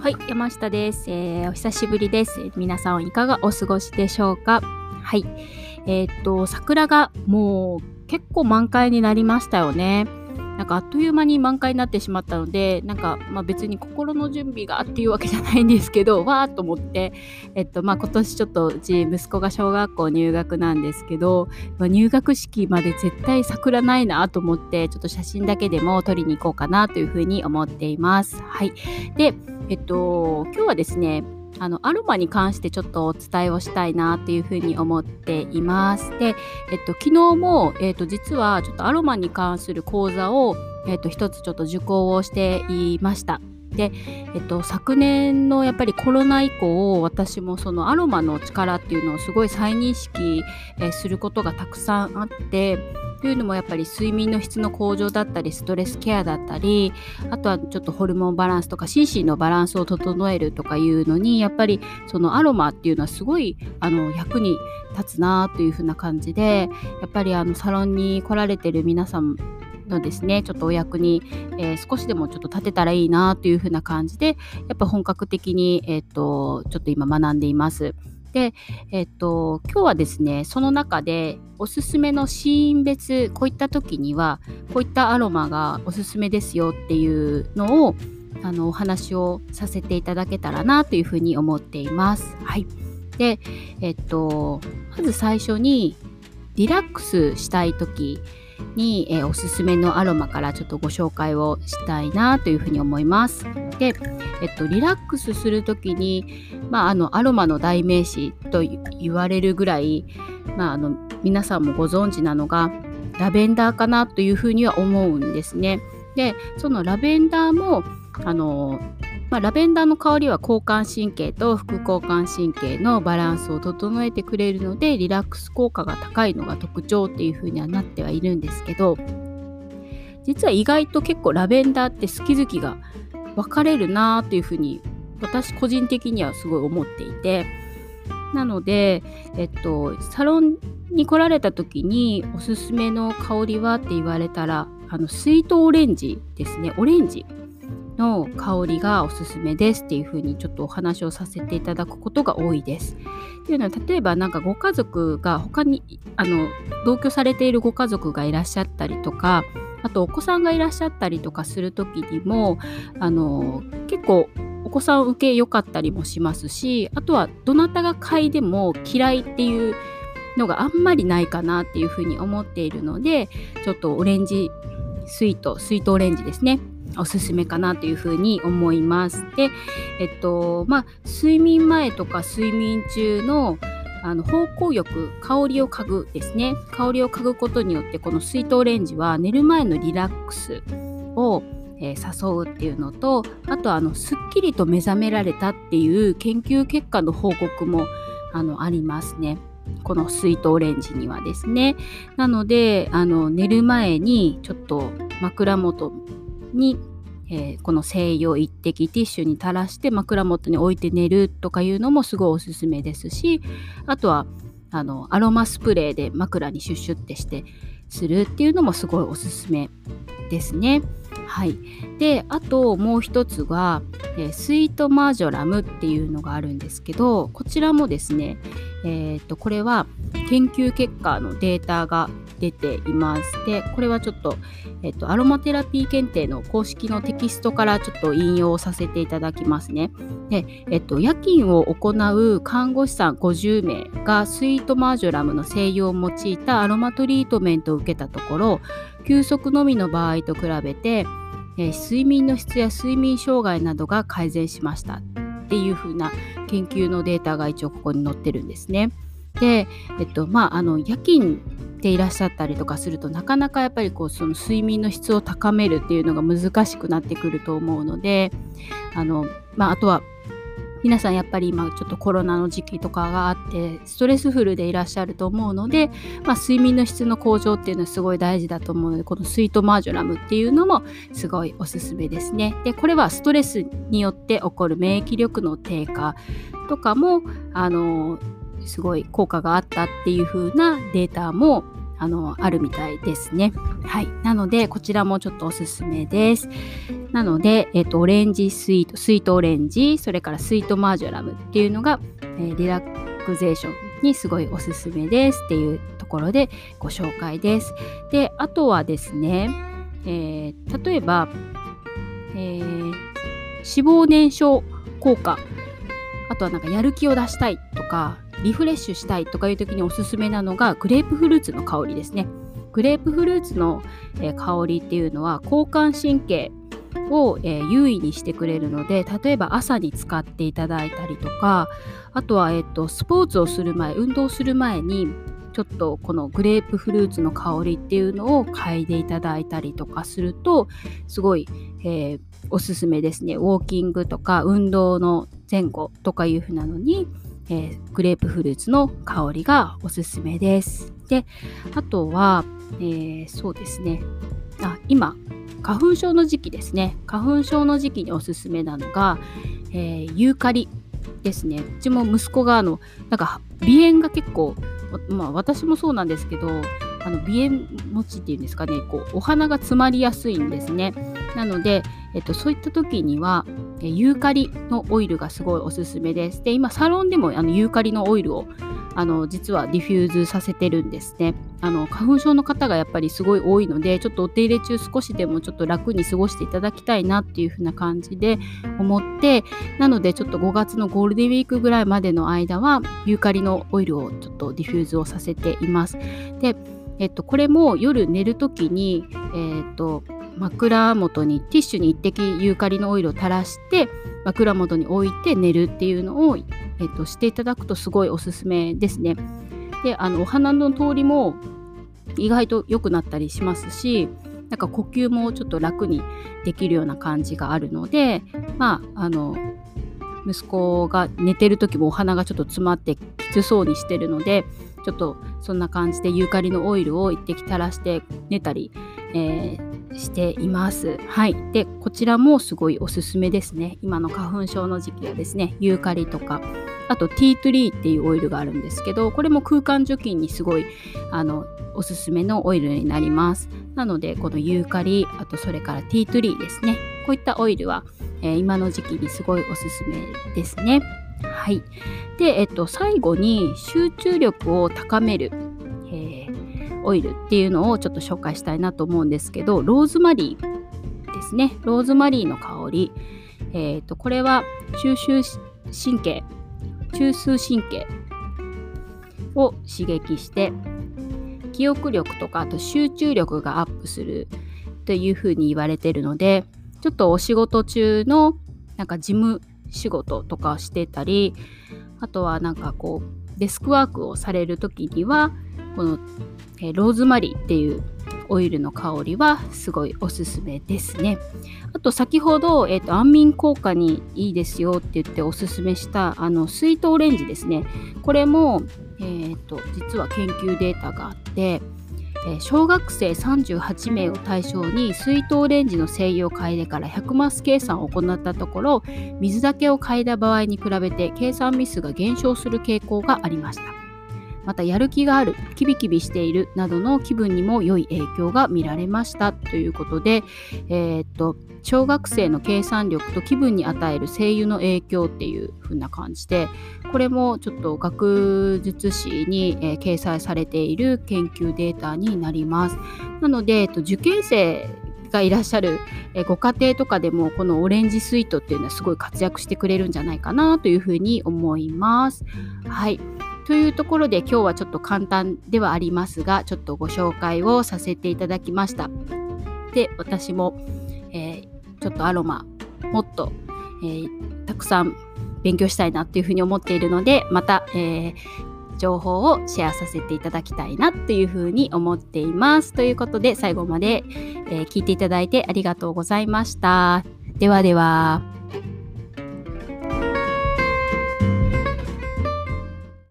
はい、山下です。お久しぶりです。皆さんいかがお過ごしでしょうか。はい。桜がもう結構満開になりましたよね。なんかあっという間に満開になってしまったので、別に心の準備がっていうわけじゃないんですけど、わーっと思って、今年ちょっとうち息子が小学校入学なんですけど、入学式まで絶対桜ないなと思って、ちょっと写真だけでも撮りに行こうかなというふうに思っています。はい。で、今日はですね、アロマに関してちょっとお伝えをしたいなというふうに思っています。で、昨日も、実はちょっとアロマに関する講座を、一つちょっと受講をしていました。で、昨年のやっぱりコロナ以降、私もそのアロマの力っていうのをすごい再認識、することがたくさんあって、というのもやっぱり睡眠の質の向上だったりストレスケアだったり、あとはちょっとホルモンバランスとか心身のバランスを整えるとかいうのに、やっぱりそのアロマっていうのはすごい役に立つなというふうな感じで、やっぱりサロンに来られてる皆さんのですね、ちょっとお役に、少しでもちょっと立てたらいいなというふうな感じで、やっぱ本格的に、ちょっと今学んでいます。で、今日はですね、その中でおすすめのシーン別、こういった時にはこういったアロマがおすすめですよっていうのをお話をさせていただけたらなというふうに思っています。はい。で、まず最初にリラックスしたい時に、おすすめのアロマからちょっとご紹介をしたいなというふうに思います。で、リラックスするときに、アロマの代名詞と言われるぐらい、皆さんもご存知なのがラベンダーかなというふうには思うんですね。で、そのラベンダーもラベンダーの香りは交感神経と副交感神経のバランスを整えてくれるので、リラックス効果が高いのが特徴っていう風にはなってはいるんですけど、実は意外と結構ラベンダーって好き好きが分かれるなっていう風に私個人的にはすごい思っていて、なので、サロンに来られた時におすすめの香りはって言われたら、スイートオレンジですね。オレンジの香りがおすすめですっていう風にちょっとお話をさせていただくことが多いです。っていうのは、例えばご家族が他に同居されているご家族がいらっしゃったりとか、あとお子さんがいらっしゃったりとかする時にも結構お子さん受け良かったりもしますし、あとはどなたが嗅いでも嫌いっていうのがあんまりないかなっていう風に思っているので、ちょっとオレンジスイートオレンジですね、おすすめかなというふうに思います。で、睡眠前とか睡眠中の芳香浴、香りを嗅ぐですね。香りを嗅ぐことによって、このスイートオレンジは寝る前のリラックスを、誘うっていうのと、あとすっきりと目覚められたっていう研究結果の報告もありますね。このスイートオレンジにはですね。なので寝る前にちょっと枕元に、この精油を一滴ティッシュに垂らして枕元に置いて寝るとかいうのもすごいおすすめですし、あとはアロマスプレーで枕にシュッシュってしてするっていうのもすごいおすすめですね。はい。で、あともう一つは、スイートマージョラムっていうのがあるんですけど、こちらもですね、これは研究結果のデータが出ていまして、これはちょっと、アロマテラピー検定の公式のテキストからちょっと引用させていただきますね。で、夜勤を行う看護師さん50名がスイートマージョラムの精油を用いたアロマトリートメントを受けたところ、休息のみの場合と比べて、睡眠の質や睡眠障害などが改善しましたっていう風な研究のデータが一応ここに載ってるんですね。で、夜勤でいらっしゃったりとかすると、なかなかやっぱりその睡眠の質を高めるっていうのが難しくなってくると思うので、あとは皆さんやっぱり今ちょっとコロナの時期とかがあってストレスフルでいらっしゃると思うので、睡眠の質の向上っていうのはすごい大事だと思うので、このスイートマージョラムっていうのもすごいおすすめですね。で、これはストレスによって起こる免疫力の低下とかもすごい効果があったっていう風なデータもあるみたいですね。はい。なので、こちらもちょっとおすすめです。なので、オレンジスイートオレンジ、それからスイートマージョラムっていうのが、リラクゼーションにすごいおすすめですっていうところでご紹介です。で、あとはですね、例えば、脂肪燃焼効果、あとはなんかやる気を出したいとかリフレッシュしたいとかいう時におすすめなのがグレープフルーツの香りですね。グレープフルーツの、香りっていうのは交感神経を、優位にしてくれるので、例えば朝に使っていただいたりとか、あとは、スポーツをする前、運動する前にちょっとこのグレープフルーツの香りっていうのを嗅いでいただいたりとかするとすごい、おすすめですね。ウォーキングとか運動の前後とかいうふうなのに、グレープフルーツの香りがおすすめです。で、あとは、そうですね。今花粉症の時期ですね。花粉症の時期におすすめなのが、ユーカリですね。うちも息子がなんか鼻炎が結構、私もそうなんですけど、鼻炎持ちっていうんですかね、こうお鼻が詰まりやすいんですね。なので、そういった時にはユーカリのオイルがすごいおすすめです。で、今サロンでもユーカリのオイルを実はディフューズさせてるんですね。花粉症の方がやっぱりすごい多いので、ちょっとお手入れ中少しでもちょっと楽に過ごしていただきたいなっていう風な感じで思って、なのでちょっと5月のゴールデンウィークぐらいまでの間はユーカリのオイルをちょっとディフューズをさせています。で、これも夜寝る時に枕元にティッシュに一滴ユーカリのオイルを垂らして枕元に置いて寝るっていうのを、していただくとすごいおすすめですね。で、お鼻の通りも意外と良くなったりしますし、なんか呼吸もちょっと楽にできるような感じがあるので、息子が寝てる時もお鼻がちょっと詰まってきつそうにしてるので、ちょっとそんな感じでユーカリのオイルを一滴垂らして寝たり、しています。はい。で、こちらもすごいおすすめですね。今の花粉症の時期はですね、ユーカリとか、あとティートリーっていうオイルがあるんですけど、これも空間除菌にすごいおすすめのオイルになります。なので、このユーカリ、あとそれからティートリーですね。こういったオイルは、今の時期にすごいおすすめですね。はい。で、最後に集中力を高める、オイルっていうのをちょっと紹介したいなと思うんですけど、ローズマリーですね。ローズマリーの香り。これは中枢神経を刺激して記憶力とかあと集中力がアップするというふうに言われているので、ちょっとお仕事中のなんか事務仕事とかしてたり、あとはなんかこうデスクワークをされる時にはこのローズマリーっていうオイルの香りはすごいおすすめですね。あと先ほど、安眠効果にいいですよって言っておすすめしたスイートオレンジですね。これも、実は研究データがあって、小学生38名を対象にスイートオレンジの精油を嗅いでから100マス計算を行ったところ、水だけを嗅いだ場合に比べて計算ミスが減少する傾向がありました。またやる気がある、キビキビしているなどの気分にも良い影響が見られましたということで、小学生の計算力と気分に与える精油の影響っていう風な感じで、これもちょっと学術誌に、掲載されている研究データになります。なので、受験生がいらっしゃる、ご家庭とかでもこのオレンジスイートっていうのはすごい活躍してくれるんじゃないかなという風に思います。はい。というところで今日はちょっと簡単ではありますが、ちょっとご紹介をさせていただきました。で、私も、ちょっとアロマもっと、たくさん勉強したいなっていうふうに思っているので、また、情報をシェアさせていただきたいなというふうに思っています。ということで最後まで、聞いていただいてありがとうございました。ではでは。